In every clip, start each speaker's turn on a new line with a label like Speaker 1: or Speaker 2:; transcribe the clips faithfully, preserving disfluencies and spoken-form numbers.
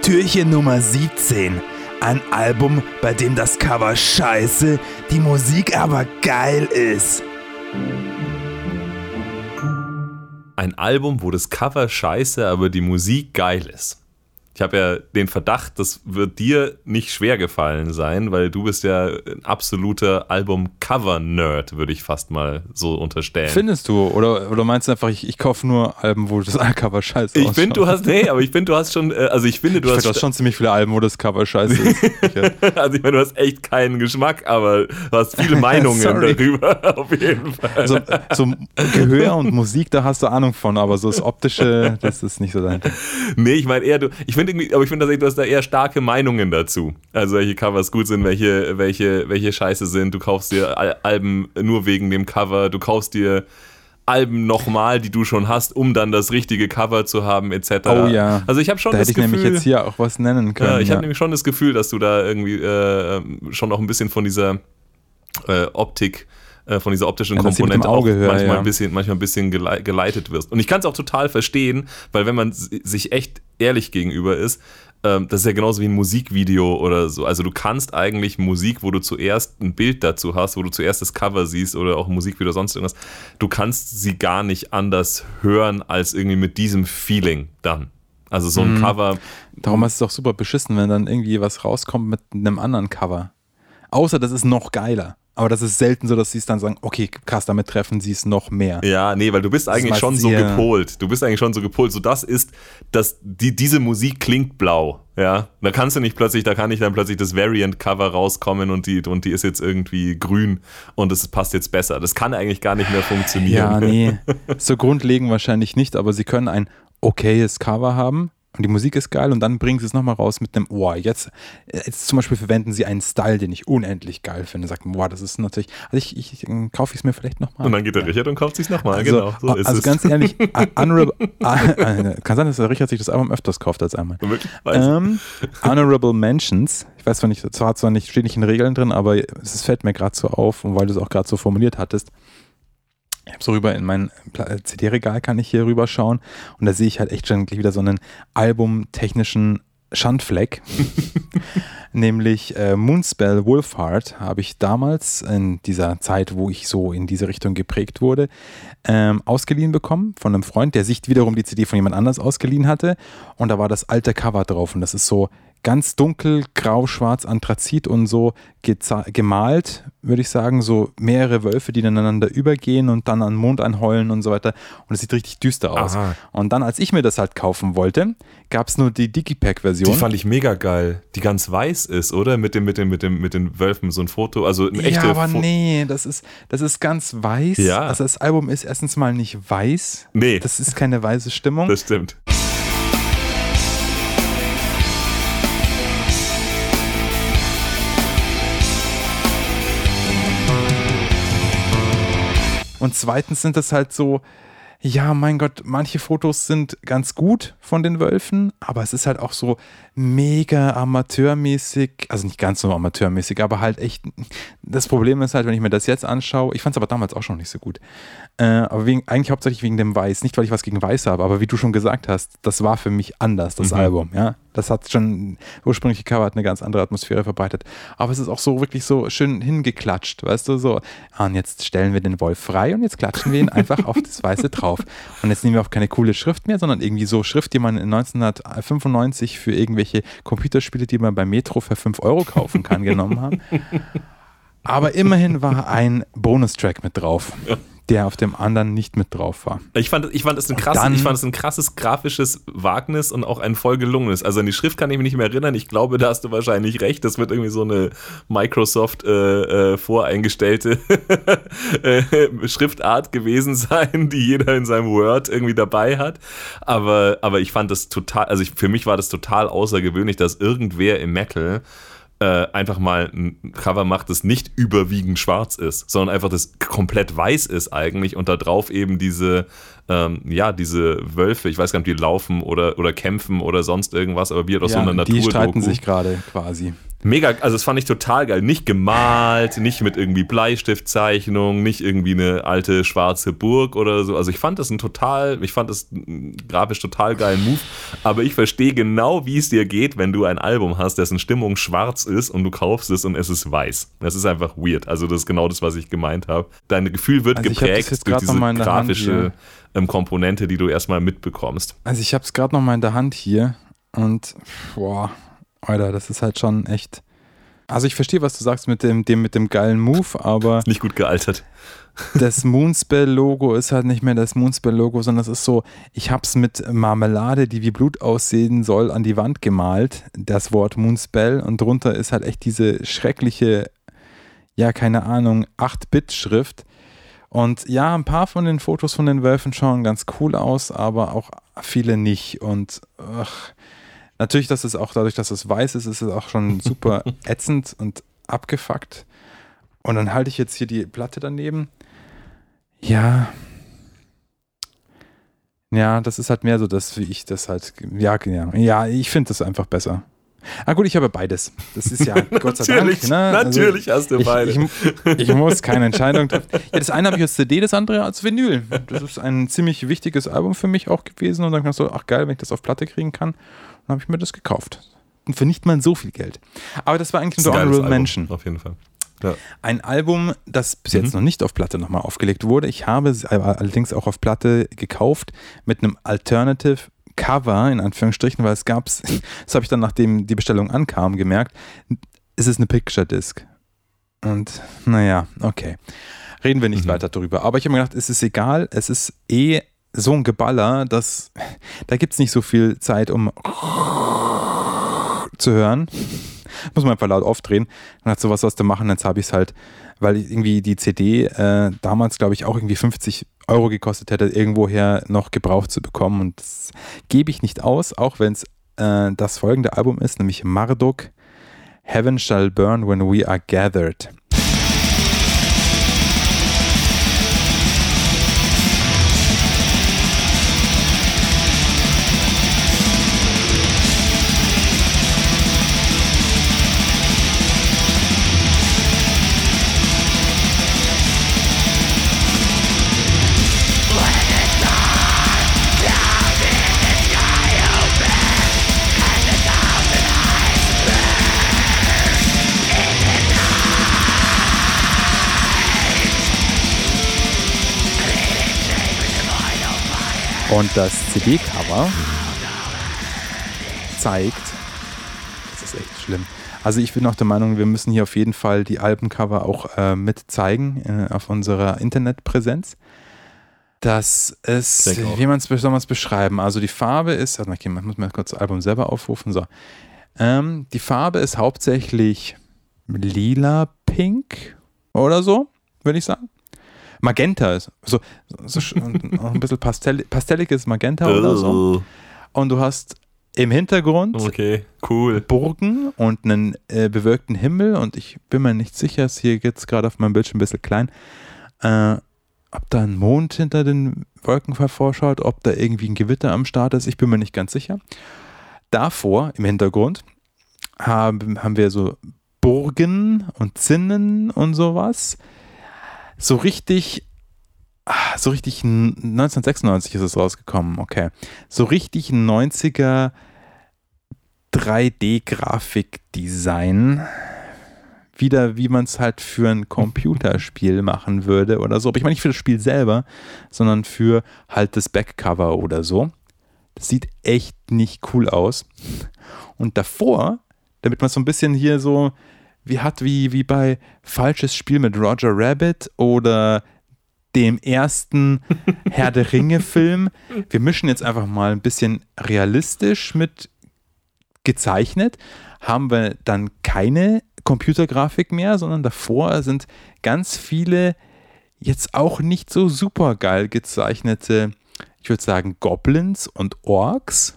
Speaker 1: Türchen Nummer siebzehn. Ein Album, bei dem das Cover scheiße, die Musik aber geil ist.
Speaker 2: Ein Album, wo das Cover scheiße, aber die Musik geil ist. Ich habe ja den Verdacht, das wird dir nicht schwer gefallen sein, weil du bist ja ein absoluter Album-Cover-Nerd, würde ich fast mal so unterstellen.
Speaker 3: Findest du? Oder, oder meinst du einfach, ich, ich kaufe nur Alben, wo das Cover scheiße
Speaker 2: Ich finde, du hast, nee, aber ich finde, du hast schon, also ich finde, du
Speaker 3: ich
Speaker 2: hast...
Speaker 3: Find, du hast schon ziemlich viele Alben, wo das Cover scheiße ist.
Speaker 2: Also ich meine, du hast echt keinen Geschmack, aber du hast viele Meinungen darüber, auf jeden Fall.
Speaker 3: Also, so Gehör und Musik, da hast du Ahnung von, aber so das Optische, das ist nicht so dein Ding.
Speaker 2: Nee, ich meine eher, du, ich finde irgendwie, aber ich finde tatsächlich, du hast da eher starke Meinungen dazu. Also welche Covers gut sind, welche, welche, welche scheiße sind. Du kaufst dir Al- Alben nur wegen dem Cover, du kaufst dir Alben nochmal, die du schon hast, um dann das richtige Cover zu haben, et cetera.
Speaker 3: Oh ja.
Speaker 2: Also ich habe schon
Speaker 3: da
Speaker 2: das
Speaker 3: hätte ich
Speaker 2: Gefühl,
Speaker 3: nämlich jetzt hier auch was nennen können.
Speaker 2: Ja, ich
Speaker 3: ja.
Speaker 2: habe nämlich schon das Gefühl, dass du da irgendwie äh, schon auch ein bisschen von dieser äh, Optik, äh, von dieser optischen
Speaker 3: ja,
Speaker 2: Komponente
Speaker 3: Auge
Speaker 2: auch
Speaker 3: höre,
Speaker 2: manchmal,
Speaker 3: ja.
Speaker 2: ein bisschen, manchmal ein bisschen gelei- geleitet wirst. Und ich kann es auch total verstehen, weil wenn man s- sich echt ehrlich gegenüber ist, ähm, das ist ja genauso wie ein Musikvideo oder so. Also du kannst eigentlich Musik, wo du zuerst ein Bild dazu hast, wo du zuerst das Cover siehst oder auch ein Musikvideo oder sonst irgendwas, du kannst sie gar nicht anders hören als irgendwie mit diesem Feeling dann. Also so ein
Speaker 3: Mhm.
Speaker 2: Cover.
Speaker 3: Darum ist es auch super beschissen, wenn dann irgendwie was rauskommt mit einem anderen Cover. Außer das ist noch geiler. Aber das ist selten so, dass sie es dann sagen, okay, krass, damit treffen sie es noch mehr.
Speaker 2: Ja, nee, weil du bist eigentlich schon so
Speaker 3: eher-
Speaker 2: gepolt. Du bist eigentlich schon so gepolt. So das ist, dass die, diese Musik klingt blau. Ja, da kannst du nicht plötzlich, da kann nicht dann plötzlich das Variant-Cover rauskommen und die, und die ist jetzt irgendwie grün und es passt jetzt besser. Das kann eigentlich gar nicht mehr funktionieren.
Speaker 3: Ja, nee, so grundlegend wahrscheinlich nicht, aber sie können ein okayes Cover haben und die Musik ist geil und dann bringen sie es nochmal raus mit einem, oh, jetzt, jetzt zum Beispiel verwenden sie einen Style, den ich unendlich geil finde. Sagt, boah, das ist natürlich, also ich, ich, ich kaufe es mir vielleicht nochmal.
Speaker 2: Und dann geht der Richard und kauft sich's nochmal,
Speaker 3: Also,
Speaker 2: genau. So ist
Speaker 3: also
Speaker 2: es.
Speaker 3: ganz ehrlich, Honorable, kann sein, dass der Richard sich das Album öfters kauft als einmal.
Speaker 2: Wirklich? Weiß ich.
Speaker 3: Ähm, Honorable Mentions, ich weiß zwar nicht, zwar zwar nicht, steht nicht in den Regeln drin, aber es fällt mir gerade so auf und weil du es auch gerade so formuliert hattest, ich habe so rüber in mein C D-Regal kann ich hier rüber schauen und da sehe ich halt echt schon gleich wieder so einen albumtechnischen Schandfleck. Nämlich äh, Moonspell Wolfheart habe ich damals in dieser Zeit, wo ich so in diese Richtung geprägt wurde, ähm, ausgeliehen bekommen von einem Freund, der sich wiederum die C D von jemand anders ausgeliehen hatte und da war das alte Cover drauf und das ist so ganz dunkel, grau, schwarz, Anthrazit und so geza- gemalt, würde ich sagen, so mehrere Wölfe, die ineinander übergehen und dann an den Mond anheulen und so weiter und es sieht richtig düster aus.
Speaker 2: Aha.
Speaker 3: Und dann, als ich mir das halt kaufen wollte, gab es nur die Digipack-Version.
Speaker 2: Die fand ich mega geil, die ganz weiß ist, oder? Mit dem, mit dem, mit dem, mit den Wölfen, so ein Foto, also ein echter
Speaker 3: Ja, aber
Speaker 2: Fo-
Speaker 3: nee, das ist, das ist ganz weiß.
Speaker 2: Ja.
Speaker 3: Also das Album ist erstens mal nicht weiß.
Speaker 2: Nee.
Speaker 3: Das ist keine weiße Stimmung.
Speaker 2: Das stimmt.
Speaker 3: Und zweitens sind das halt so, ja, mein Gott, manche Fotos sind ganz gut von den Wölfen, aber es ist halt auch so mega amateurmäßig, also nicht ganz so amateurmäßig, aber halt echt, das Problem ist halt, wenn ich mir das jetzt anschaue, ich fand es aber damals auch schon nicht so gut, äh, aber wegen, eigentlich hauptsächlich wegen dem Weiß, nicht weil ich was gegen Weiß habe, aber wie du schon gesagt hast, das war für mich anders, das
Speaker 2: Mhm.
Speaker 3: Album, ja, das hat schon, ursprüngliche Cover hat eine ganz andere Atmosphäre verbreitet, aber es ist auch so wirklich so schön hingeklatscht, weißt du, so, ah, und jetzt stellen wir den Wolf frei und jetzt klatschen wir ihn einfach auf das Weiße drauf. Und jetzt nehmen wir auch keine coole Schrift mehr, sondern irgendwie so Schrift, die man in neunzehnhundertfünfundneunzig für irgendwelche Computerspiele, die man bei Metro für fünf Euro kaufen kann, genommen haben. Aber immerhin war ein Bonustrack mit drauf, der auf dem anderen nicht mit drauf war.
Speaker 2: Ich fand, ich fand es ein krasses,
Speaker 3: dann-
Speaker 2: ich fand es ein krasses grafisches Wagnis und auch ein voll gelungenes. Also an die Schrift kann ich mich nicht mehr erinnern. Ich glaube, da hast du wahrscheinlich recht. Das wird irgendwie so eine Microsoft äh, äh, voreingestellte äh, Schriftart gewesen sein, die jeder in seinem Word irgendwie dabei hat. Aber, aber ich fand das total, also ich, für mich war das total außergewöhnlich, dass irgendwer im Metal Äh, einfach mal ein Cover macht, das nicht überwiegend schwarz ist, sondern einfach das komplett weiß ist eigentlich und da drauf eben diese, ähm, ja, diese Wölfe, ich weiß gar nicht, ob die laufen oder, oder kämpfen oder sonst irgendwas, aber wie aus so einer
Speaker 3: die streiten
Speaker 2: Naturdoku.
Speaker 3: sich gerade quasi.
Speaker 2: Mega, also das fand ich total geil. Nicht gemalt, nicht mit irgendwie Bleistiftzeichnung, nicht irgendwie eine alte schwarze Burg oder so. Also ich fand das ein total, ich fand das einen grafisch total geilen Move. Aber ich verstehe genau, wie es dir geht, wenn du ein Album hast, dessen Stimmung schwarz ist und du kaufst es und es ist weiß. Das ist einfach weird. Also das ist genau das, was ich gemeint habe. Dein Gefühl wird
Speaker 3: also
Speaker 2: geprägt durch diese grafische ähm, Komponente, die du erstmal mitbekommst.
Speaker 3: Also ich habe es gerade noch mal in der Hand hier und boah, Alter, das ist halt schon echt. Also ich verstehe, was du sagst mit dem, dem, mit dem geilen Move, aber.
Speaker 2: Nicht gut gealtert.
Speaker 3: Das Moonspell-Logo ist halt nicht mehr das Moonspell-Logo, sondern es ist so, ich hab's mit Marmelade, die wie Blut aussehen soll, an die Wand gemalt, das Wort Moonspell, und drunter ist halt echt diese schreckliche, ja, keine Ahnung, acht Bit Schrift. Und ja, ein paar von den Fotos von den Wölfen schauen ganz cool aus, aber auch viele nicht. Und ach, natürlich, dass es auch dadurch, dass es weiß ist, ist es auch schon super ätzend und abgefuckt. Und dann halte ich jetzt hier die Platte daneben. Ja. Ja, das ist halt mehr so das, wie ich das halt. Ja, ja, ja ich finde das einfach besser. Ah gut, ich habe beides. Das ist ja Gott sei
Speaker 2: natürlich,
Speaker 3: Dank. Ne?
Speaker 2: Natürlich
Speaker 3: also,
Speaker 2: hast du beide.
Speaker 3: Ich, ich, ich muss keine Entscheidung treffen. Ja, das eine habe ich als C D, das andere als Vinyl. Das ist ein ziemlich wichtiges Album für mich auch gewesen. Und dann kannst du, ach geil, wenn ich das auf Platte kriegen kann, dann habe ich mir das gekauft. Und für nicht mal so viel Geld. Aber das war eigentlich ein Honorable Mention.
Speaker 2: Auf jeden Fall. Ja.
Speaker 3: Ein Album, das bis jetzt mhm. noch nicht auf Platte nochmal aufgelegt wurde. Ich habe es allerdings auch auf Platte gekauft mit einem Alternative Cover, in Anführungsstrichen, weil es gab es, das habe ich dann, nachdem die Bestellung ankam, gemerkt, es ist eine Picture Disc. Und naja, okay. Reden wir nicht mhm. weiter darüber. Aber ich habe mir gedacht, es ist egal, es ist eh so ein Geballer, dass da gibt es nicht so viel Zeit, um zu hören. Muss man einfach laut aufdrehen. Dann hat sowas was zu machen, jetzt habe ich es halt, weil irgendwie die C D äh, damals, glaube ich, auch irgendwie fünfzig Euro gekostet hätte, irgendwoher noch gebraucht zu bekommen. Und das gebe ich nicht aus, auch wenn es äh, das folgende Album ist, nämlich Marduk, Heaven Shall Burn When We Are Gathered. Und das C D-Cover zeigt, das ist echt schlimm. Also ich bin auch der Meinung, wir müssen hier auf jeden Fall die Albencover auch äh, mit zeigen äh, auf unserer Internetpräsenz. Das ist, wie man es soll man es beschreiben? Also die Farbe ist, warte mal, ich muss mal kurz das Album selber aufrufen. So. Ähm, die Farbe ist hauptsächlich lila-pink oder so, würde ich sagen. Magenta ist so, so, so ein bisschen pastell, pastelliges Magenta oder so. Und du hast im Hintergrund
Speaker 2: okay, cool.
Speaker 3: Burgen und einen äh, bewölkten Himmel, und ich bin mir nicht sicher, ist hier jetzt gerade auf meinem Bildschirm ein bisschen klein, äh, ob da ein Mond hinter den Wolken hervorschaut, ob da irgendwie ein Gewitter am Start ist, ich bin mir nicht ganz sicher. Davor im Hintergrund haben, haben wir so Burgen und Zinnen und sowas. So richtig, so richtig neunzehnhundertsechsundneunzig ist es rausgekommen, okay. So richtig neunziger drei D-Grafikdesign. Wieder, wie man es halt für ein Computerspiel machen würde oder so. Aber ich meine nicht für das Spiel selber, sondern für halt das Backcover oder so. Das sieht echt nicht cool aus. Und davor, damit man so ein bisschen hier so wie hat, wie, wie bei Falsches Spiel mit Roger Rabbit oder dem ersten Herr der Ringe-Film. Wir mischen jetzt einfach mal ein bisschen realistisch mit gezeichnet. Haben wir dann keine Computergrafik mehr, sondern davor sind ganz viele jetzt auch nicht so super geil gezeichnete, ich würde sagen, Goblins und Orks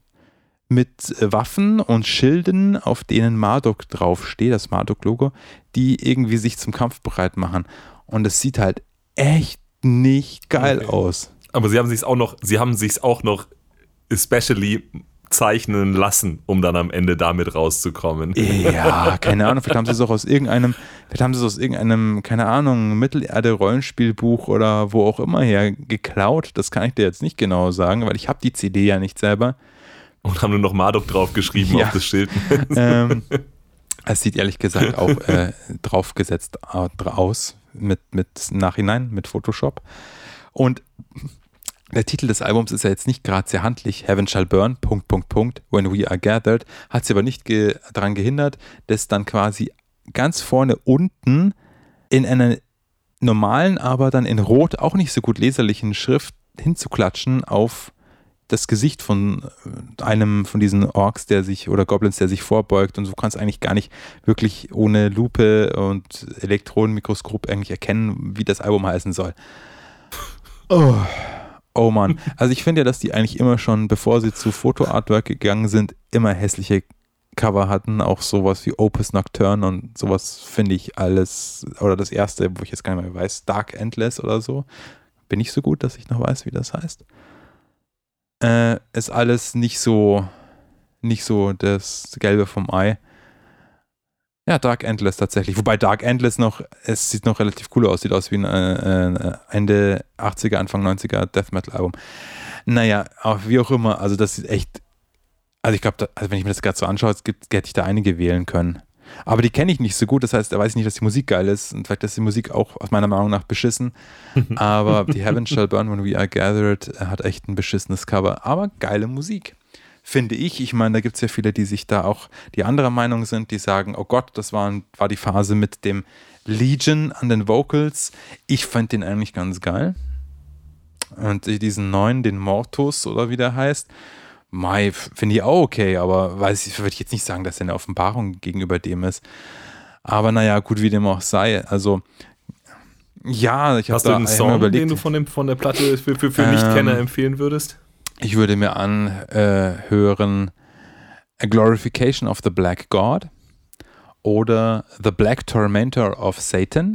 Speaker 3: mit Waffen und Schilden, auf denen Marduk draufsteht, das Marduk-Logo, die irgendwie sich zum Kampf bereit machen. Und es sieht halt echt nicht geil okay. aus.
Speaker 2: Aber sie haben sich's auch noch, sie haben sich's auch noch especially zeichnen lassen, um dann am Ende damit rauszukommen.
Speaker 3: Ja, keine Ahnung, vielleicht haben sie es auch aus irgendeinem, vielleicht haben sie es aus irgendeinem, keine Ahnung, Mittelerde-Rollenspielbuch oder wo auch immer her geklaut. Das kann ich dir jetzt nicht genau sagen, weil ich habe die C D ja nicht selber.
Speaker 2: Und haben nur noch Marduk draufgeschrieben ja. auf das Schild.
Speaker 3: ähm, es sieht ehrlich gesagt auch äh, draufgesetzt aus, mit, mit Nachhinein, mit Photoshop. Und der Titel des Albums ist ja jetzt nicht gerade sehr handlich. Heaven Shall Burn, Punkt, Punkt, Punkt, When We Are Gathered. Hat sie aber nicht ge- daran gehindert, das dann quasi ganz vorne unten in einer normalen, aber dann in rot auch nicht so gut leserlichen Schrift hinzuklatschen auf das Gesicht von einem von diesen Orks, der sich, oder Goblins, der sich vorbeugt. Und so kannst du eigentlich gar nicht wirklich ohne Lupe und Elektronenmikroskop eigentlich erkennen, wie das Album heißen soll. Oh. Oh Mann, also ich finde ja, dass die eigentlich immer schon, bevor sie zu Foto-Artwork gegangen sind, immer hässliche Cover hatten, auch sowas wie Opus Nocturne und sowas finde ich alles, oder das erste, wo ich jetzt gar nicht mehr weiß, Dark Endless oder so, bin ich so gut, dass ich noch weiß, wie das heißt. Äh, ist alles nicht so, nicht so das Gelbe vom Ei. Ja, Dark Endless tatsächlich. Wobei Dark Endless noch, es sieht noch relativ cool aus. Sieht aus wie ein äh, Ende achtziger, Anfang neunziger Death Metal Album. Naja, auch wie auch immer. Also das ist echt, also ich glaube, also wenn ich mir das gerade so anschaue, es gibt, hätte ich da einige wählen können. Aber die kenne ich nicht so gut. Das heißt, da weiß ich nicht, dass die Musik geil ist. Und vielleicht ist die Musik auch aus meiner Meinung nach beschissen. Aber die Heaven Shall Burn When We Are Gathered hat echt ein beschissenes Cover. Aber geile Musik. Finde ich. Ich meine, da gibt es ja viele, die sich da auch die anderer Meinung sind, die sagen, oh Gott, das war, war die Phase mit dem Legion an den Vocals. Ich fand den eigentlich ganz geil. Und diesen neuen, den Mortus oder wie der heißt, Mai, finde ich auch okay, aber weiß ich, würde ich jetzt nicht sagen, dass er eine Offenbarung gegenüber dem ist. Aber naja, gut, wie dem auch sei. Also, ja, ich habe da
Speaker 2: einen Song,
Speaker 3: überlegt,
Speaker 2: den du von, dem, von der Platte für, für, für Nichtkenner ähm, empfehlen würdest?
Speaker 3: Ich würde mir anhören äh, A Glorification of the Black God oder The Black Tormentor of Satan.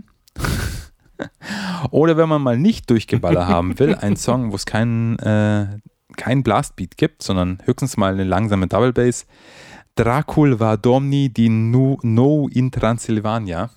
Speaker 3: Oder wenn man mal nicht Durchgeballer haben will, ein Song, wo es keinen äh, kein Blastbeat gibt, sondern höchstens mal eine langsame Double Bass. Dracul va domni di nu, no in Transylvania.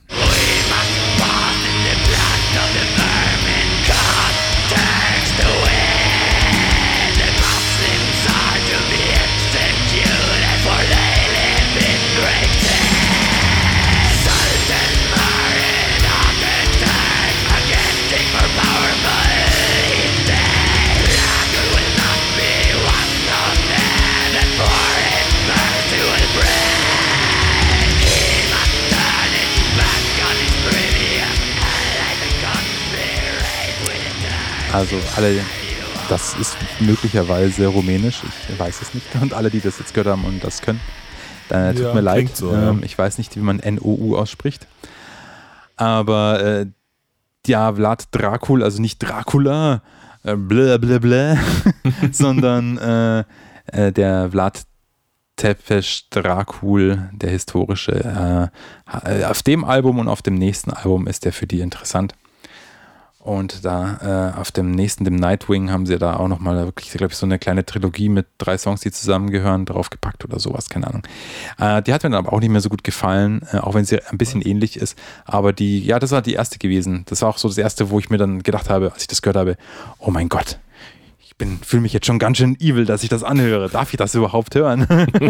Speaker 3: Also alle, das ist möglicherweise rumänisch, ich weiß es nicht. Und alle, die das jetzt gehört haben und das können, äh, tut
Speaker 2: ja,
Speaker 3: mir leid.
Speaker 2: So,
Speaker 3: ähm,
Speaker 2: ja.
Speaker 3: Ich weiß nicht, wie man N O U ausspricht. Aber äh, ja, Vlad Dracul, also nicht Dracula, äh, blä blä blä, sondern äh, äh, der Vlad Tepes Dracul, der historische. Äh, auf dem Album und auf dem nächsten Album ist der für die interessant. Und da äh, auf dem nächsten, dem Nightwing, haben sie da auch nochmal wirklich, glaube ich, so eine kleine Trilogie mit drei Songs, die zusammengehören, draufgepackt oder sowas, keine Ahnung. Äh, die hat mir dann aber auch nicht mehr so gut gefallen, äh, auch wenn sie ein bisschen ähnlich ist. Aber die, ja, das war die erste gewesen. Das war auch so das erste, wo ich mir dann gedacht habe, als ich das gehört habe, oh mein Gott, ich bin, fühle mich jetzt schon ganz schön evil, dass ich das anhöre. Darf ich das überhaupt hören?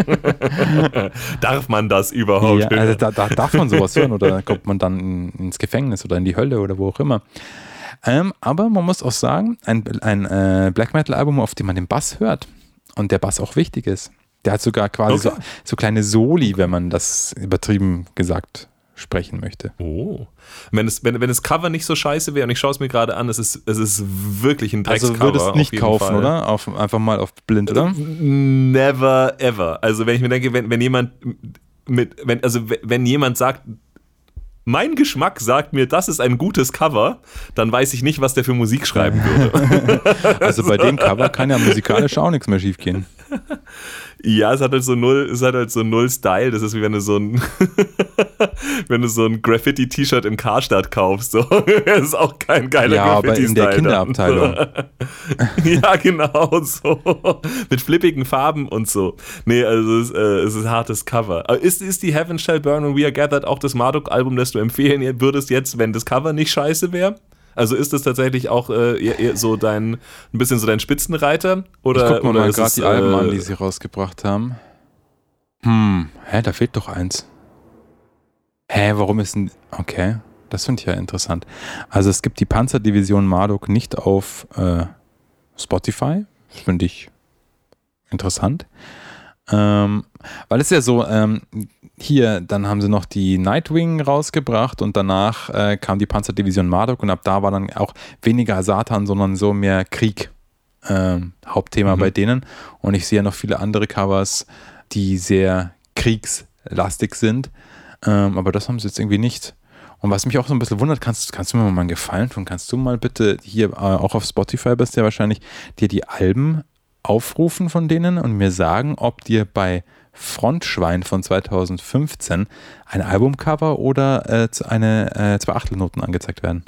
Speaker 2: Darf man das überhaupt
Speaker 3: ja,
Speaker 2: hören?
Speaker 3: Also da, da darf man sowas hören oder kommt man dann in, ins Gefängnis oder in die Hölle oder wo auch immer. Ähm, aber man muss auch sagen, ein, ein äh, Black Metal Album, auf dem man den Bass hört und der Bass auch wichtig ist. Der hat sogar quasi okay. so, so kleine Soli, wenn man das übertrieben gesagt sprechen möchte.
Speaker 2: Oh. Wenn es, wenn, wenn das Cover nicht so scheiße wäre, und ich schaue es mir gerade an, es ist, es ist wirklich ein Dreckscover.
Speaker 3: Also würdest du nicht kaufen, Fall. Oder? Auf, einfach mal auf blind, oder?
Speaker 2: Never ever. Also wenn ich mir denke, wenn, wenn jemand mit, wenn, also wenn jemand sagt, mein Geschmack sagt mir, das ist ein gutes Cover, dann weiß ich nicht, was der für Musik schreiben würde.
Speaker 3: Also bei dem Cover kann ja musikalisch auch nichts mehr schief gehen.
Speaker 2: Ja, es hat halt so null, es hat halt so null Style. Das ist wie wenn du so ein, wenn du so ein Graffiti-T-Shirt im Karstadt kaufst. So. Das ist auch kein geiler
Speaker 3: Ja, aber
Speaker 2: Graffiti-Style.
Speaker 3: in der Kinderabteilung.
Speaker 2: Ja, genau so. Mit flippigen Farben und so. Nee, also es ist, äh, es ist ein hartes Cover. Aber ist, ist die Heaven Shall Burn and We Are Gathered auch das Marduk-Album, das du empfehlen würdest jetzt, wenn das Cover nicht scheiße wäre? Also ist das tatsächlich auch äh, eher, eher so dein, ein bisschen so dein Spitzenreiter? Oder,
Speaker 3: ich guck mal, mal gerade die
Speaker 2: äh,
Speaker 3: Alben an, die sie rausgebracht haben. Hm, hä, da fehlt doch eins. Hä, warum ist denn... Okay, das finde ich ja interessant. Also es gibt die Panzerdivision Marduk nicht auf äh, Spotify. Das finde ich interessant. Ähm, weil es ja so, ähm, hier, dann haben sie noch die Nightwing rausgebracht und danach äh, kam die Panzerdivision Marduk und ab da war dann auch weniger Satan, sondern so mehr Krieg ähm, Hauptthema mhm. bei denen. Und ich sehe ja noch viele andere Covers, die sehr kriegslastig sind, ähm, aber das haben sie jetzt irgendwie nicht. Und was mich auch so ein bisschen wundert, kannst, kannst du mir mal einen Gefallen tun? Kannst du mal bitte hier, äh, auch auf Spotify bist du ja wahrscheinlich, dir die Alben aufrufen von denen und mir sagen, ob dir bei Frontschwein von zweitausendfünfzehn ein Albumcover oder äh, eine äh, zwei Achtelnoten angezeigt werden?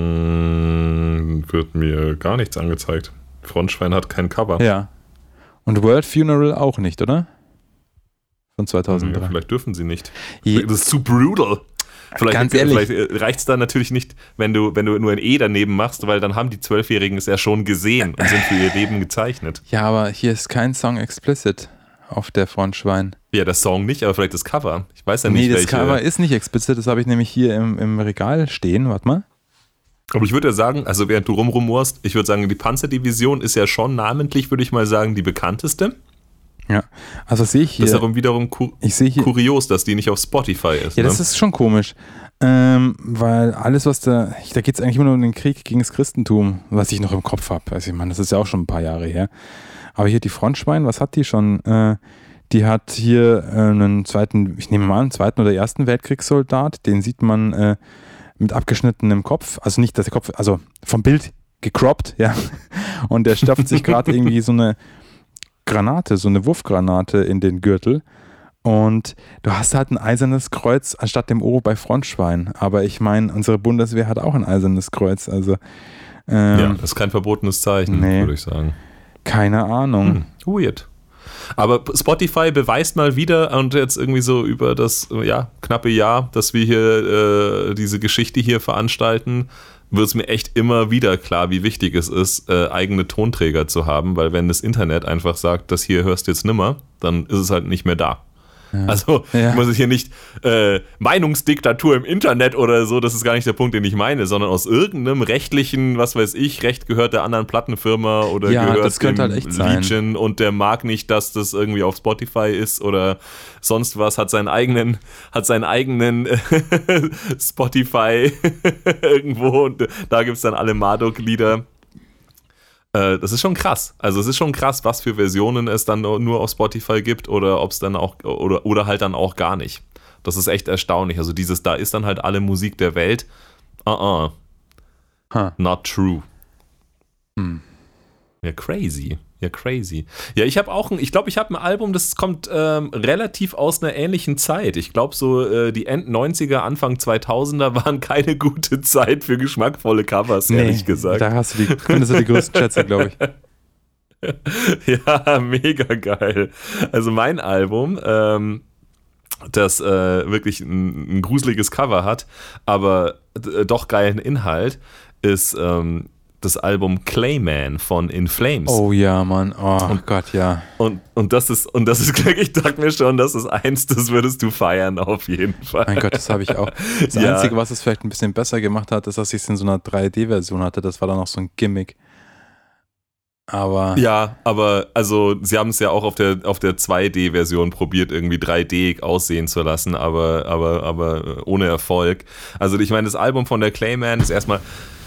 Speaker 2: Hm, wird mir gar nichts angezeigt. Frontschwein hat kein Cover.
Speaker 3: Ja. Und World Funeral auch nicht, oder? Von zweitausenddrei.
Speaker 2: Ja, vielleicht dürfen sie nicht.
Speaker 3: Je-
Speaker 2: Das ist zu brutal. Vielleicht,
Speaker 3: Ganz ehrlich.
Speaker 2: vielleicht reicht es dann natürlich nicht, wenn du, wenn du nur ein E daneben machst, weil dann haben die Zwölfjährigen es ja schon gesehen und sind für ihr Leben gezeichnet.
Speaker 3: Ja, aber hier ist kein Song explicit auf der Frontschwein.
Speaker 2: Ja, der Song nicht, aber vielleicht das Cover. Ich weiß ja
Speaker 3: Nee,
Speaker 2: nicht,
Speaker 3: das
Speaker 2: welche.
Speaker 3: Cover ist nicht explicit, das habe ich nämlich hier im, im Regal stehen. Warte mal.
Speaker 2: Aber ich würde ja sagen, also während du rumrumorst, ich würde sagen, die Panzerdivision ist ja schon namentlich, würde ich mal sagen, die bekannteste.
Speaker 3: Ja, also sehe ich hier.
Speaker 2: Das ist aber wiederum ku-
Speaker 3: ich sehe hier.
Speaker 2: kurios, dass die nicht auf Spotify ist.
Speaker 3: Ja,
Speaker 2: ne?
Speaker 3: das ist schon komisch. Ähm, weil alles, was da, da geht es eigentlich immer nur um den Krieg gegen das Christentum, was ich noch im Kopf habe. Also ich meine, das ist ja auch schon ein paar Jahre her. Aber hier die Frontschwein, was hat die schon? Äh, die hat hier äh, einen zweiten, ich nehme mal an, zweiten oder ersten Weltkriegssoldat, den sieht man äh, mit abgeschnittenem Kopf, also nicht, dass der Kopf, also vom Bild gecroppt, ja. Und der stopft sich gerade irgendwie so eine Granate, so eine Wurfgranate in den Gürtel. Und du hast halt ein eisernes Kreuz anstatt dem O bei Frontschwein. Aber ich meine, unsere Bundeswehr hat auch ein eisernes Kreuz. Also ähm,
Speaker 2: Ja, das ist kein verbotenes Zeichen,
Speaker 3: nee.
Speaker 2: würde ich sagen.
Speaker 3: Keine Ahnung.
Speaker 2: Hm, weird. Aber Spotify beweist mal wieder und jetzt irgendwie so über das ja, knappe Jahr, dass wir hier äh, diese Geschichte hier veranstalten, wird es mir echt immer wieder klar, wie wichtig es ist, äh, eigene Tonträger zu haben, weil wenn das Internet einfach sagt, das hier hörst du jetzt nimmer, dann ist es halt nicht mehr da. Ja. Also
Speaker 3: Ja.
Speaker 2: ich muss ich hier nicht äh, Meinungsdiktatur im Internet oder so, das ist gar nicht der Punkt, den ich meine, sondern aus irgendeinem rechtlichen, was weiß ich, Recht gehört der anderen Plattenfirma oder
Speaker 3: Ja,
Speaker 2: gehört
Speaker 3: das könnte
Speaker 2: dem
Speaker 3: halt echt sein.
Speaker 2: Legion und der mag nicht, dass das irgendwie auf Spotify ist oder sonst was, hat seinen eigenen, hat seinen eigenen Spotify irgendwo und da gibt es dann alle Marduk-Lieder. Das ist schon krass. Also es ist schon krass, was für Versionen es dann nur auf Spotify gibt oder ob es dann auch oder, oder halt dann auch gar nicht. Das ist echt erstaunlich. Also dieses, da ist dann halt alle Musik der Welt. Uh-uh.
Speaker 3: Huh.
Speaker 2: Not true.
Speaker 3: Hm.
Speaker 2: Ja, crazy. Ja, crazy. Ja, ich habe auch ein, ich glaube, ich habe ein Album, das kommt ähm, relativ aus einer ähnlichen Zeit. Ich glaube, so äh, die End neunziger, Anfang zweitausender waren keine gute Zeit für geschmackvolle Covers, ehrlich gesagt.
Speaker 3: Da hast du die, findest du die größten Schätze, glaube ich.
Speaker 2: Ja, mega geil. Also mein Album, ähm, das äh, wirklich ein, ein gruseliges Cover hat, aber äh, doch geilen Inhalt, ist ähm, das Album Clayman von In Flames.
Speaker 3: Oh ja, Mann. Oh
Speaker 2: und,
Speaker 3: Gott, ja.
Speaker 2: Und, und das ist, und das ist, ich dachte mir schon, das ist eins, das würdest du feiern, auf jeden Fall.
Speaker 3: Mein Gott, das habe ich auch. Das
Speaker 2: Ja.
Speaker 3: Einzige, was es vielleicht ein bisschen besser gemacht hat, ist, dass ich es in so einer drei D-Version hatte. Das war dann noch so ein Gimmick. Aber.
Speaker 2: Ja, aber also sie haben es ja auch auf der, auf der zwei D-Version probiert, irgendwie drei D aussehen zu lassen, aber, aber, aber ohne Erfolg. Also ich meine, das Album von der Clayman ist erstmal.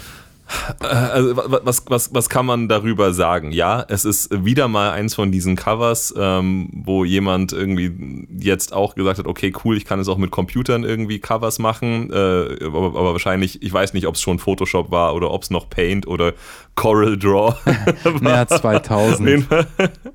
Speaker 2: Also was, was, was kann man darüber sagen? Ja, es ist wieder mal eins von diesen Covers, ähm, wo jemand irgendwie jetzt auch gesagt hat, okay, cool, ich kann es auch mit Computern irgendwie Covers machen, äh, aber, aber wahrscheinlich, ich weiß nicht, ob es schon Photoshop war oder ob es noch Paint oder Corel Draw war.
Speaker 3: Mehr zweitausend.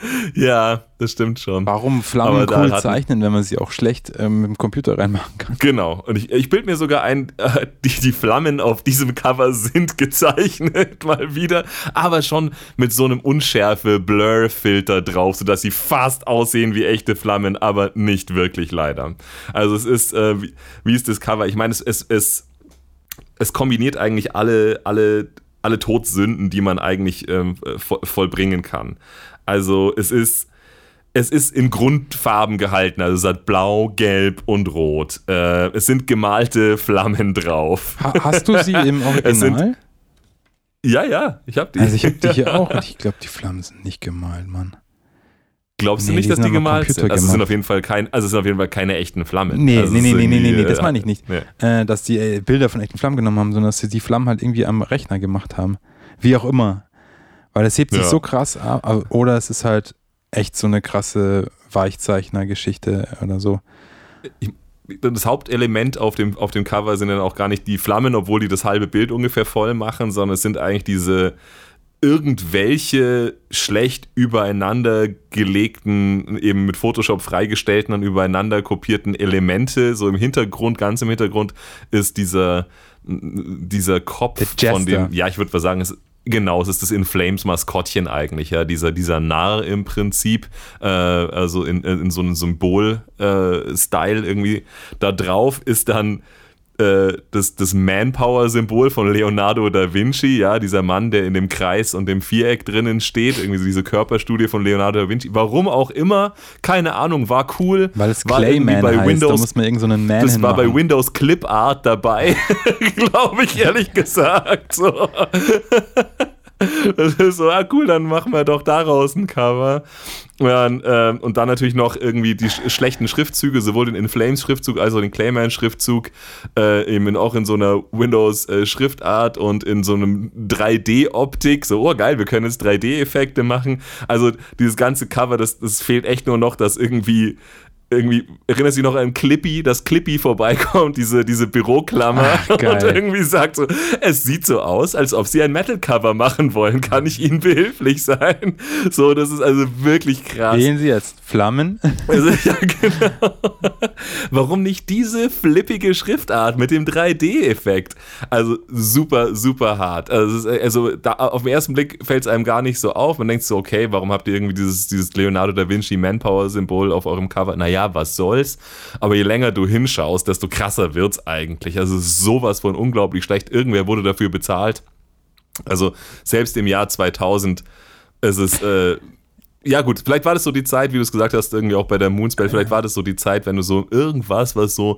Speaker 2: Ja, das stimmt schon.
Speaker 3: Warum Flammen cool zeichnen, wenn man sie auch schlecht ähm, mit dem Computer reinmachen kann?
Speaker 2: Genau. Und ich, ich bilde mir sogar ein, äh, die, die Flammen auf diesem Cover sind gezeichnet, mal wieder, aber schon mit so einem Unschärfe-Blur-Filter drauf, sodass sie fast aussehen wie echte Flammen, aber nicht wirklich leider. Also es ist, äh, wie, wie ist das Cover? Ich meine, es, es, es, es kombiniert eigentlich alle, alle, alle Todsünden, die man eigentlich ähm, vo- vollbringen kann. Also es ist Es ist in Grundfarben gehalten, also es hat blau, gelb und rot. Äh, es sind gemalte Flammen drauf.
Speaker 3: Ha- hast du sie im Original?
Speaker 2: Sind, ja, ja, ich hab die.
Speaker 3: Also ich hab die hier auch und ich glaube, die Flammen sind nicht gemalt, Mann.
Speaker 2: Glaubst du
Speaker 3: nee,
Speaker 2: nicht,
Speaker 3: die
Speaker 2: dass die gemalt sind? Also es sind
Speaker 3: gemacht.
Speaker 2: auf jeden Fall kein, also es sind auf jeden Fall keine echten Flammen.
Speaker 3: Nee,
Speaker 2: also
Speaker 3: nee, nee, nee, nee, nee, nee, das
Speaker 2: äh,
Speaker 3: meine ich nicht.
Speaker 2: Nee.
Speaker 3: Äh, dass die äh, Bilder von echten Flammen genommen haben, sondern dass sie die Flammen halt irgendwie am Rechner gemacht haben. Wie auch immer. Weil das hebt sich
Speaker 2: Ja.
Speaker 3: so krass ab. Oder es ist halt echt so eine krasse Weichzeichner-Geschichte oder so.
Speaker 2: Ich, das Hauptelement auf dem, auf dem Cover sind dann auch gar nicht die Flammen, obwohl die das halbe Bild ungefähr voll machen, sondern es sind eigentlich diese irgendwelche schlecht übereinander gelegten, eben mit Photoshop freigestellten und übereinander kopierten Elemente. So im Hintergrund, ganz im Hintergrund ist dieser, dieser Kopf von dem, ja, ich würde mal sagen, es genau, es ist das In Flames Maskottchen eigentlich, ja, dieser, dieser Narr im Prinzip, äh, also in, in so einem Symbol-Style äh, irgendwie. Da drauf ist dann äh, das, das Manpower-Symbol von Leonardo da Vinci, ja, dieser Mann, der in dem Kreis und dem Viereck drinnen steht, irgendwie so diese Körperstudie von Leonardo da Vinci. Warum auch immer, keine Ahnung, war cool.
Speaker 3: Weil es
Speaker 2: war
Speaker 3: Clayman
Speaker 2: bei
Speaker 3: heißt,
Speaker 2: Windows,
Speaker 3: da muss man irgend so einen Man
Speaker 2: das war
Speaker 3: hinmachen.
Speaker 2: bei Windows Clip Art dabei, glaube ich, ehrlich gesagt. So. Das ist so, ah cool, dann machen wir doch daraus ein Cover. Ja, und, ähm, und dann natürlich noch irgendwie die sch- schlechten Schriftzüge, sowohl den In Flames Schriftzug als auch den Clayman Schriftzug, äh, eben auch in so einer Windows äh, Schriftart und in so einem drei D Optik. So, oh geil, wir können jetzt drei D Effekte machen. Also dieses ganze Cover, das, das fehlt echt nur noch, dass irgendwie Irgendwie erinnert sich noch an Clippy, dass Clippy vorbeikommt, diese, diese Büroklammer,
Speaker 3: Ach,
Speaker 2: und
Speaker 3: geil.
Speaker 2: irgendwie sagt so, es sieht so aus, als ob sie ein Metal-Cover machen wollen. Kann ich Ihnen behilflich sein? So, das ist also wirklich krass.
Speaker 3: Sehen Sie jetzt Flammen?
Speaker 2: Also, ja, genau. Warum nicht diese flippige Schriftart mit dem drei D Effekt? Also super, super hart. Also, es ist, also da, auf den ersten Blick fällt es einem gar nicht so auf. Man denkt so, okay, warum habt ihr irgendwie dieses, dieses Leonardo da Vinci Manpower-Symbol auf eurem Cover? Naja, was soll's? Aber je länger du hinschaust, desto krasser wird's eigentlich. Also es ist sowas von unglaublich schlecht. Irgendwer wurde dafür bezahlt. Also selbst im Jahr zweitausend ist es... Äh, ja gut, vielleicht war das so die Zeit, wie du es gesagt hast, irgendwie auch bei der Moonspell, vielleicht war das so die Zeit, wenn du so irgendwas, was so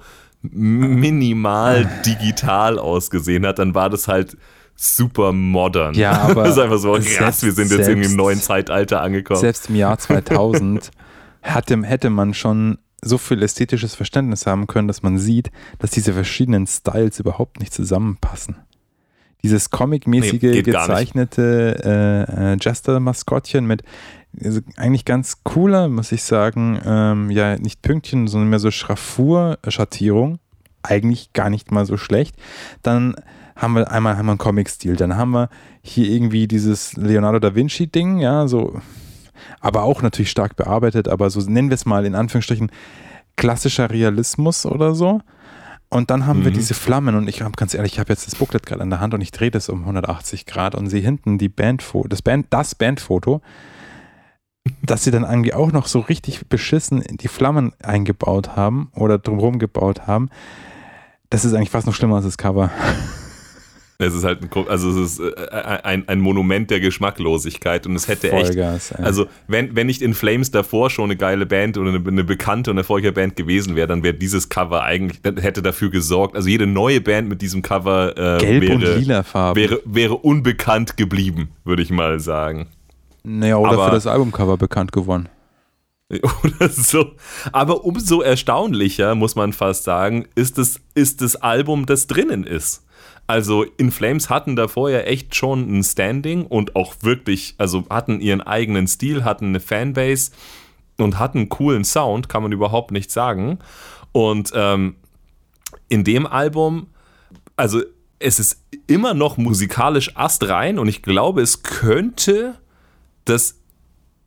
Speaker 2: minimal digital ausgesehen hat, dann war das halt super modern.
Speaker 3: Ja, aber
Speaker 2: das ist einfach so,
Speaker 3: selbst-
Speaker 2: krass, wir sind jetzt
Speaker 3: selbst-
Speaker 2: irgendwie im neuen Zeitalter angekommen.
Speaker 3: Selbst im Jahr zweitausend hatte, hätte man schon so viel ästhetisches Verständnis haben können, dass man sieht, dass diese verschiedenen Styles überhaupt nicht zusammenpassen. Dieses Comic-mäßige,
Speaker 2: Nee, geht gar nicht.
Speaker 3: gezeichnete äh, äh, Jester-Maskottchen mit also eigentlich ganz cooler, muss ich sagen, ähm, ja, nicht Pünktchen, sondern mehr so Schraffur-Schattierung. Eigentlich gar nicht mal so schlecht. Dann haben wir einmal haben wir einen Comic-Stil, dann haben wir hier irgendwie dieses Leonardo da Vinci-Ding, ja, so, aber auch natürlich stark bearbeitet, aber so nennen wir es mal in Anführungsstrichen klassischer Realismus oder so. Und dann haben
Speaker 2: Mhm.
Speaker 3: wir diese Flammen und ich habe ganz ehrlich, ich habe jetzt das Booklet gerade in der Hand und ich drehe das um hundertachtzig Grad und sehe hinten die Bandfoto, das Band, das Bandfoto, dass sie dann irgendwie auch noch so richtig beschissen die Flammen eingebaut haben oder drumherum gebaut haben. Das ist eigentlich fast noch schlimmer als das Cover.
Speaker 2: Es ist halt ein, Ko- also es ist äh, ein, ein Monument der Geschmacklosigkeit und es hätte echt,
Speaker 3: Vollgas, ey.
Speaker 2: also wenn, wenn nicht In Flames davor schon eine geile Band oder eine, eine bekannte und erfolgreiche Band gewesen wäre, dann wäre dieses Cover eigentlich, hätte dafür gesorgt, also jede neue Band mit diesem Cover äh,
Speaker 3: Gelb
Speaker 2: wäre,
Speaker 3: und lila Farben.
Speaker 2: wäre, wäre unbekannt geblieben, würde ich mal sagen.
Speaker 3: Naja, oder
Speaker 2: aber-
Speaker 3: für das Albumcover bekannt geworden.
Speaker 2: Oder so. Aber umso erstaunlicher, muss man fast sagen, ist das, ist das Album, das drinnen ist. Also In Flames hatten davor ja echt schon ein Standing und auch wirklich, also hatten ihren eigenen Stil, hatten eine Fanbase und hatten einen coolen Sound, kann man überhaupt nicht sagen. Und ähm, in dem Album, also es ist immer noch musikalisch astrein und ich glaube, es könnte das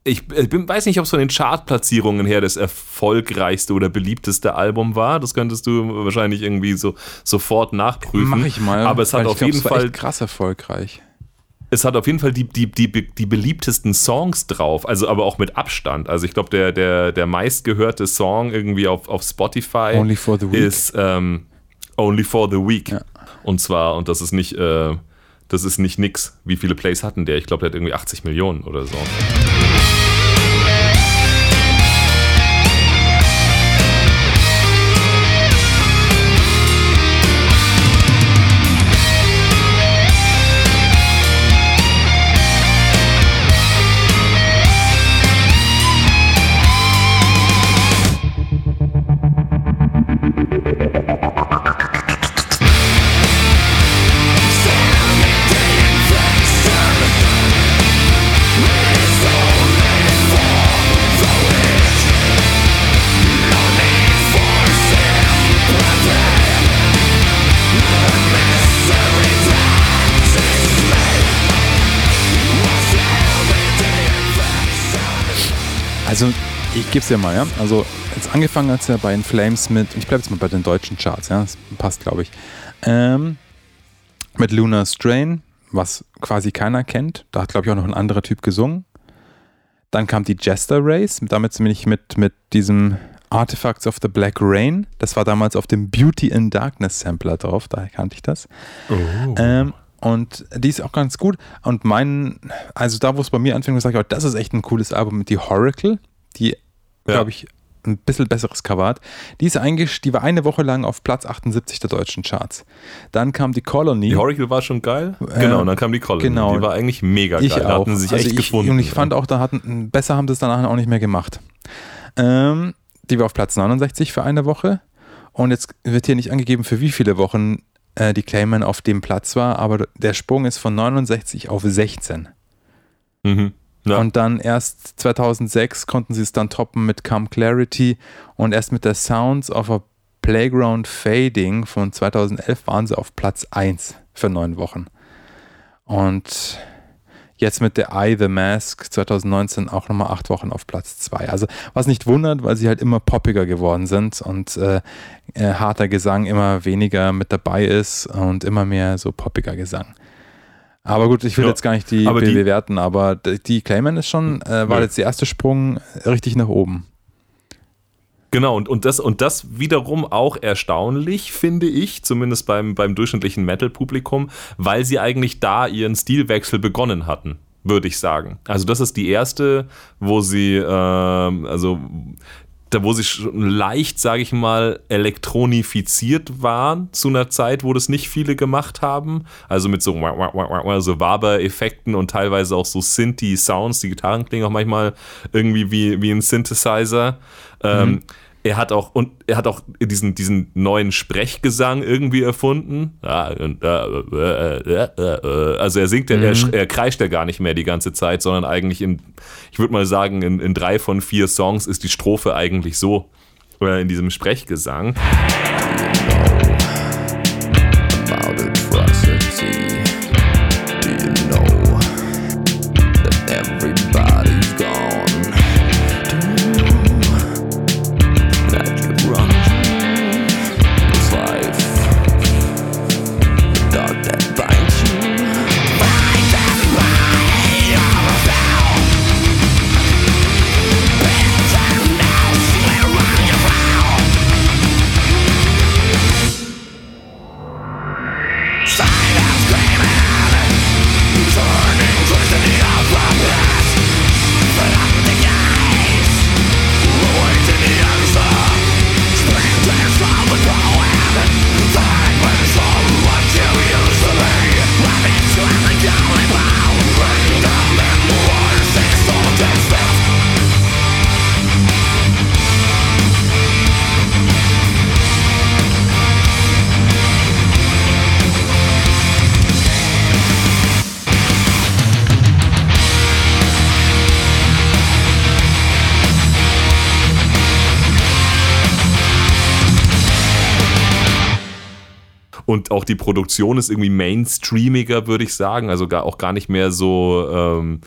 Speaker 2: ich, ich bin, weiß nicht, ob es von den Chartplatzierungen her das erfolgreichste oder beliebteste Album war. Das könntest du wahrscheinlich irgendwie so sofort nachprüfen.
Speaker 3: Mach ich mal.
Speaker 2: Aber es hat
Speaker 3: weil
Speaker 2: auf
Speaker 3: ich glaub,
Speaker 2: jeden
Speaker 3: es war
Speaker 2: Fall
Speaker 3: echt krass erfolgreich.
Speaker 2: Es hat auf jeden Fall die, die, die, die beliebtesten Songs drauf, also aber auch mit Abstand. Also ich glaube, der, der, der meistgehörte Song irgendwie auf, auf Spotify
Speaker 3: Only for the Week.
Speaker 2: ist ähm, Only for the Week.
Speaker 3: Ja.
Speaker 2: Und zwar, und das ist nicht, äh, das ist nicht nix. Wie viele Plays hatten der? Ich glaube, der hat irgendwie achtzig Millionen oder so.
Speaker 3: Also, ich gebe es ja mal, ja. Also, jetzt angefangen hat es ja bei den Flames mit, ich bleibe jetzt mal bei den deutschen Charts, ja. Das passt, glaube ich. Ähm, mit Lunar Strain, was quasi keiner kennt. Da hat, glaube ich, auch noch ein anderer Typ gesungen. Dann kam die Jester Race, damit bin ich mit, mit diesem Artifacts of the Black Rain. Das war damals auf dem Beauty in Darkness Sampler drauf, daher kannte ich das.
Speaker 2: Oh.
Speaker 3: Ähm, und die ist auch ganz gut. Und mein, also da, wo es bei mir anfing, sage ich, oh, das ist echt ein cooles Album mit die Horacle, die,
Speaker 2: Ja.
Speaker 3: glaube ich, ein bisschen besseres Cover hat. Die ist eigentlich, die war eine Woche lang auf Platz achtundsiebzig der deutschen Charts. Dann kam die Colony.
Speaker 2: Die Horacle war schon geil.
Speaker 3: Äh,
Speaker 2: Genau, und dann kam die Colony.
Speaker 3: genau.
Speaker 2: Die war eigentlich mega
Speaker 3: Ich
Speaker 2: geil. Da
Speaker 3: auch.
Speaker 2: hatten sie sich
Speaker 3: also
Speaker 2: echt
Speaker 3: ich,
Speaker 2: gefunden.
Speaker 3: Und ich fand auch, da hatten, besser haben sie es danach auch nicht mehr gemacht. Ähm, die war auf Platz neunundsechzig für eine Woche. Und jetzt wird hier nicht angegeben, für wie viele Wochen äh, die Clayman auf dem Platz war, aber der Sprung ist von neunundsechzig auf sechzehn.
Speaker 2: Mhm. Ja.
Speaker 3: Und dann erst zweitausendsechs konnten sie es dann toppen mit Come Clarity und erst mit der Sounds of a Playground Fading von zweitausendelf waren sie auf Platz eins für neun Wochen. Und jetzt mit der Eye the Mask zweitausendneunzehn auch nochmal acht Wochen auf Platz zwei. Also was nicht wundert, weil sie halt immer poppiger geworden sind und äh, äh, harter Gesang immer weniger mit dabei ist und immer mehr so poppiger Gesang. Aber gut, ich will
Speaker 2: Ja,
Speaker 3: jetzt gar nicht die,
Speaker 2: aber die-
Speaker 3: bewerten, aber die Clayman ist schon, äh, war
Speaker 2: Nö.
Speaker 3: jetzt der erste Sprung richtig nach oben.
Speaker 2: Genau, und, und, das, und das wiederum auch erstaunlich, finde ich, zumindest beim, beim durchschnittlichen Metal-Publikum, weil sie eigentlich da ihren Stilwechsel begonnen hatten, würde ich sagen. Also das ist die erste, wo sie, ähm, also da wo sie schon leicht, sage ich mal, elektronifiziert waren zu einer Zeit, wo das nicht viele gemacht haben. Also mit so, so Waber-Effekten und teilweise auch so Synthi-Sounds. Die Gitarren klingen auch manchmal irgendwie wie, wie ein Synthesizer. Ähm,
Speaker 3: Mhm.
Speaker 2: Er hat auch und er hat auch diesen, diesen neuen Sprechgesang irgendwie erfunden. Ja, und, äh, äh, äh, äh, also er singt, mhm. er, er kreischt ja gar nicht mehr die ganze Zeit, sondern eigentlich in, ich würde mal sagen, in, in drei von vier Songs ist die Strophe eigentlich so äh, in diesem Sprechgesang. Und auch die Produktion ist irgendwie mainstreamiger, würde ich sagen. Also gar, auch gar nicht mehr so, ähm,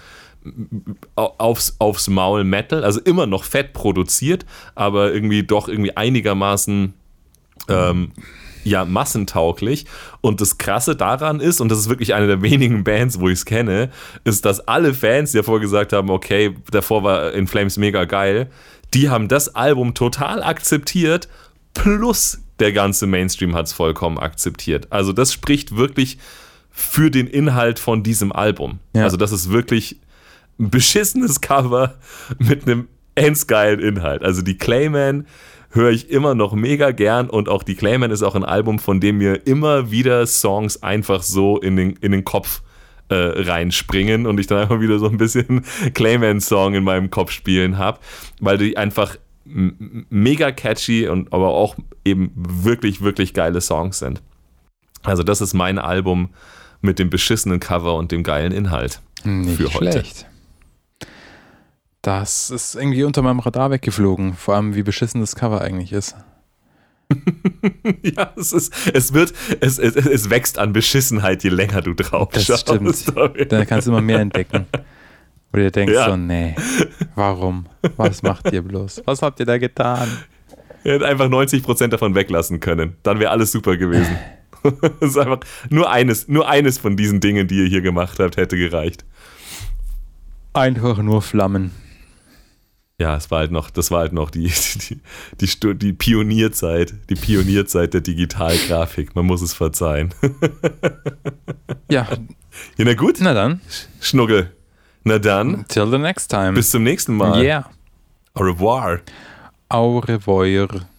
Speaker 2: aufs, aufs Maul Metal, also immer noch fett produziert, aber irgendwie doch irgendwie einigermaßen ähm, ja, massentauglich. Und das Krasse daran ist, und das ist wirklich eine der wenigen Bands, wo ich es kenne, ist, dass alle Fans, die davor gesagt haben, okay, davor war In Flames mega geil, die haben das Album total akzeptiert, plus der ganze Mainstream hat es vollkommen akzeptiert. Also das spricht wirklich für den Inhalt von diesem Album. Ja. Also das ist wirklich ein beschissenes Cover mit einem endgeilen Inhalt. Also die Clayman höre ich immer noch mega gern und auch die Clayman ist auch ein Album, von dem mir immer wieder Songs einfach so in den, in den Kopf äh, reinspringen und ich dann einfach wieder so ein bisschen Clayman-Song in meinem Kopf spielen habe, weil die einfach m- mega catchy und aber auch eben wirklich, wirklich geile Songs sind. Also das ist mein Album mit dem beschissenen Cover und dem geilen Inhalt.
Speaker 3: Nicht
Speaker 2: für heute.
Speaker 3: Schlecht. Das ist irgendwie unter meinem Radar weggeflogen, vor allem wie beschissen das Cover eigentlich ist.
Speaker 2: Ja, es ist, es wird, es, es, es wächst an Beschissenheit, je länger du drauf
Speaker 3: das
Speaker 2: schaust.
Speaker 3: Stimmt. Dann kannst du immer mehr entdecken. Wo du dir denkst ja. so, nee, warum? Was macht ihr bloß? Was habt ihr da getan?
Speaker 2: Ihr hättet einfach neunzig Prozent davon weglassen können. Dann wäre alles super gewesen. Es ist einfach nur eines, nur eines von diesen Dingen, die ihr hier gemacht habt, hätte gereicht.
Speaker 3: Einfach nur Flammen.
Speaker 2: Ja, es war halt noch, das war halt noch die, die, die, die Pionierzeit, die Pionierzeit der Digitalgrafik. Man muss es verzeihen.
Speaker 3: Ja.
Speaker 2: Ja, na gut.
Speaker 3: Na dann.
Speaker 2: Schnuggel. Na dann.
Speaker 3: Till the next time.
Speaker 2: Bis zum nächsten Mal.
Speaker 3: Yeah.
Speaker 2: Au revoir.
Speaker 3: Au revoir.